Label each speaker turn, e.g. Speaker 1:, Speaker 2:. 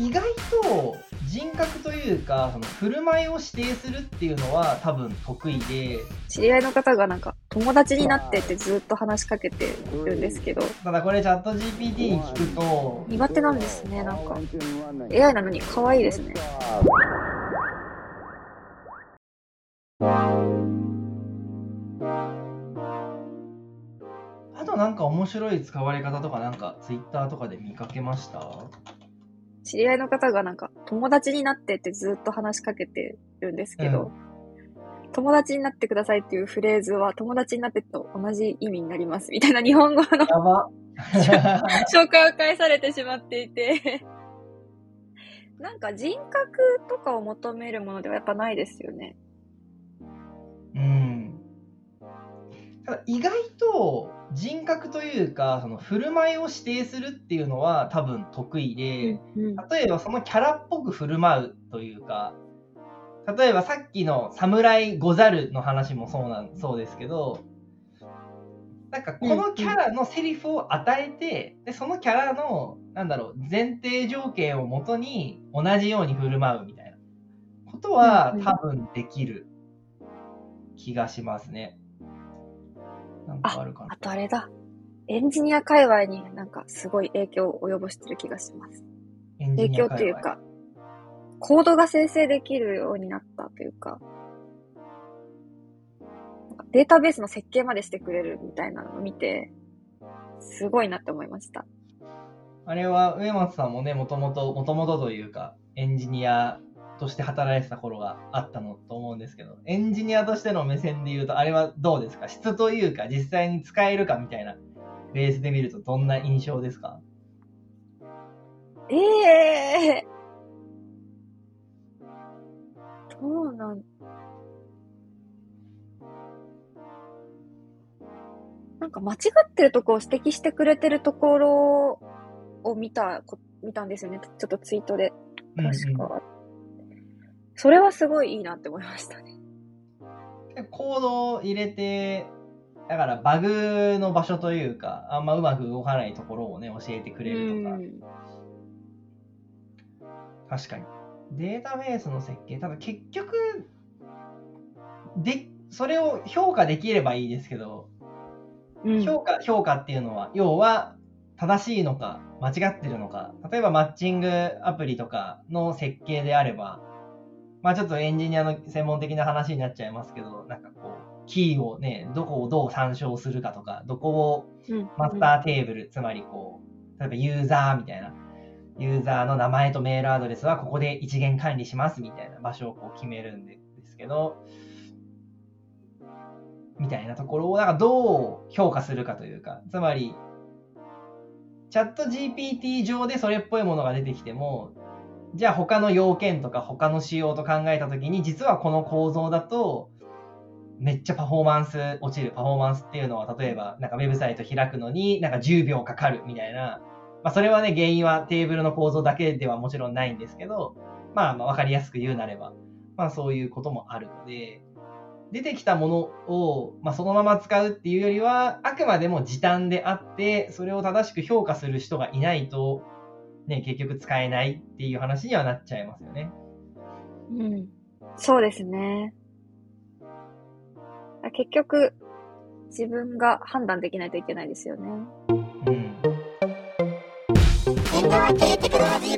Speaker 1: 意外と人格というかその振る舞いを指定するっていうのは多分得意で、
Speaker 2: 知り合いの方がなんか友達になってってずっと話しかけてるんですけど、
Speaker 1: ただこれチャット GPT に聞くと
Speaker 2: 苦手なんですね。なんか AI なのに可愛いですね。
Speaker 1: あとなんか面白い使われ方とかなんか Twitter とかで見かけました？
Speaker 2: 知り合いの方がなんか友達になってってずっと話しかけてるんですけど、友達になってくださいっていうフレーズは友達になってと同じ意味になりますみたいな日本語の
Speaker 1: やば
Speaker 2: 紹介を返されてしまっていてなんか人格とかを求めるものではやっぱないですよね。
Speaker 1: ただ意外と人格というかその振る舞いを指定するっていうのは多分得意で、例えばそのキャラっぽく振る舞うというか、例えばさっきの侍ござるの話もそうですけど、なんかこのキャラのセリフを与えて、でそのキャラの前提条件をもとに同じように振る舞うみたいなことは多分できる気がしますね。なんかあるかな。
Speaker 2: あとあれだ。エンジニア界隈になんかすごい影響を及ぼしてる気がします。影響というか、コードが生成できるようになったというか、データベースの設計までしてくれるみたいなのを見て、すごいなって思いました。
Speaker 1: あれは上松さんもね、もともとというか、エンジニアとして働いてた頃があったのと思うんですけど、エンジニアとしての目線で言うと、あれはどうですか？質というか、実際に使えるかみたいなベースで見るとどんな印象ですか？
Speaker 2: どうなんなんか間違ってるところを指摘してくれてるところを見たんですよね。ちょっとツイートで。確か。それはすごいいいなって思いましたね。
Speaker 1: コードを入れて、だからバグの場所というか、あんまうまく動かないところをね、教えてくれるとか。確かに。データベースの設計、ただ結局、それを評価できればいいですけど、評価っていうのは、要は正しいのか間違ってるのか。例えばマッチングアプリとかの設計であれば、まあちょっとエンジニアの専門的な話になっちゃいますけど、なんかこう、キーをね、どこをどう参照するかとか、どこをマスターテーブル、つまりこう、例えばユーザーみたいな、ユーザーの名前とメールアドレスはここで一元管理しますみたいな場所をこう決めるんですけど、みたいなところをなんかどう評価するかというか、つまりチャット GPT 上でそれっぽいものが出てきても、じゃあ他の要件とか他の仕様と考えたときに、実はこの構造だとめっちゃパフォーマンス落ちる。パフォーマンスっていうのは例えばなんかウェブサイト開くのになんか10秒かかるみたいな、まあそれはね、原因はテーブルの構造だけではもちろんないんですけど、まあわかりやすく言うなれば、まあそういうこともあるので、出てきたものを、まあ、そのまま使うっていうよりは、あくまでも時短であって、それを正しく評価する人がいないと、ね、結局使えないっていう話にはなっちゃいますよね。
Speaker 2: そうですね。結局、自分が判断できないといけないですよね。
Speaker 3: みんな聞いてくるラジ